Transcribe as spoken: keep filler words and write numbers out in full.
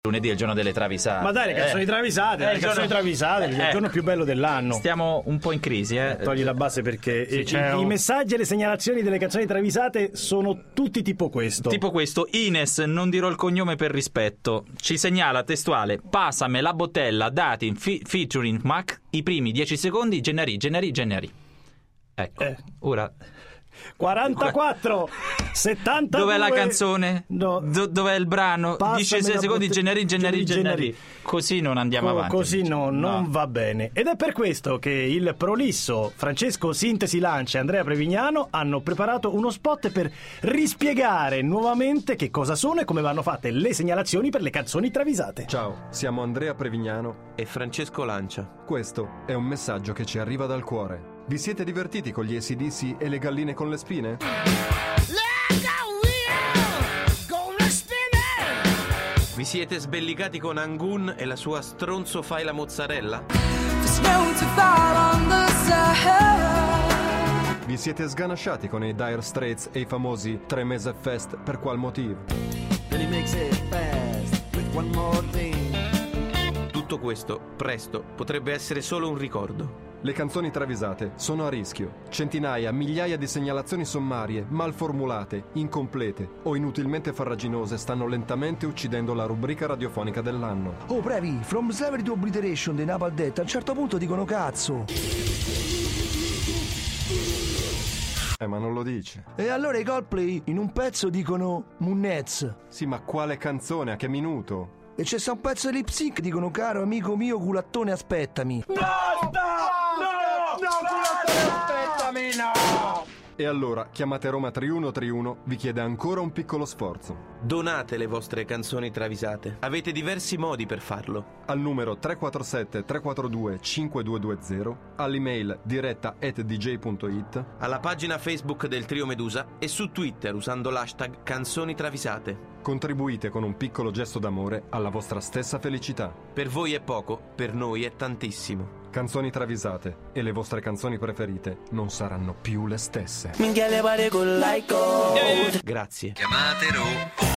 Lunedì è il giorno delle travisate. Ma dai, le canzoni eh. travisate, eh, le canzoni giorno... travisate, il eh, giorno più bello dell'anno. Stiamo un po' in crisi, eh. Togli la base perché sì, i, c'è i, un... i messaggi e le segnalazioni delle canzoni travisate sono tutti tipo questo. Tipo questo, Ines, non dirò il cognome per rispetto, ci segnala testuale: passame la botella Datin fi- featuring Mac, i primi dieci secondi, Gennari, Gennari, Gennari. Ecco, Eh. ora... quarantaquattro settantadue Dov'è la canzone? No. Do- dov'è il brano? Passami diciassette la secondi, botte- Gennari, Gennari, Gennari. Così non andiamo Co- avanti. Così no, non No. va bene. Ed è per questo che il prolisso Francesco Sintesi Lancia e Andrea Prevignano hanno preparato uno spot per rispiegare nuovamente che cosa sono e come vanno fatte le segnalazioni per le canzoni travisate. Ciao, siamo Andrea Prevignano e Francesco Lancia. Questo è un messaggio che ci arriva dal cuore. Vi siete divertiti con gli A C D C e le galline con le spine? Vi siete sbellicati con Angun e la sua stronzo fai la mozzarella? Vi siete sganasciati con i Dire Straits e i famosi Tre Mese Fest per qual motivo? Tutto questo, presto, potrebbe essere solo un ricordo. Le canzoni travisate sono a rischio. Centinaia, migliaia di segnalazioni sommarie, malformulate, incomplete o inutilmente farraginose stanno lentamente uccidendo la rubrica radiofonica dell'anno. Oh, Previ, From Slavery to Obliteration dei Napalm Death, a un certo punto dicono cazzo. Eh, ma non lo dice. E allora i Coldplay in un pezzo dicono Munnez. Sì, ma quale canzone? A che minuto? E c'è sta un pezzo di lip sync, dicono caro amico mio culattone aspettami. E allora chiamate Roma tre uno tre uno, vi chiede ancora un piccolo sforzo. Donate le vostre canzoni travisate. Avete diversi modi per farlo. Al numero tre quattro sette tre quattro due cinque due due zero, all'email diretta at d j punto i t, alla pagina Facebook del Trio Medusa e su Twitter usando l'hashtag canzoni travisate. Contribuite con un piccolo gesto d'amore alla vostra stessa felicità. Per voi è poco, per noi è tantissimo. Canzoni travisate e le vostre canzoni preferite non saranno più le stesse. Grazie. Chiamate Ro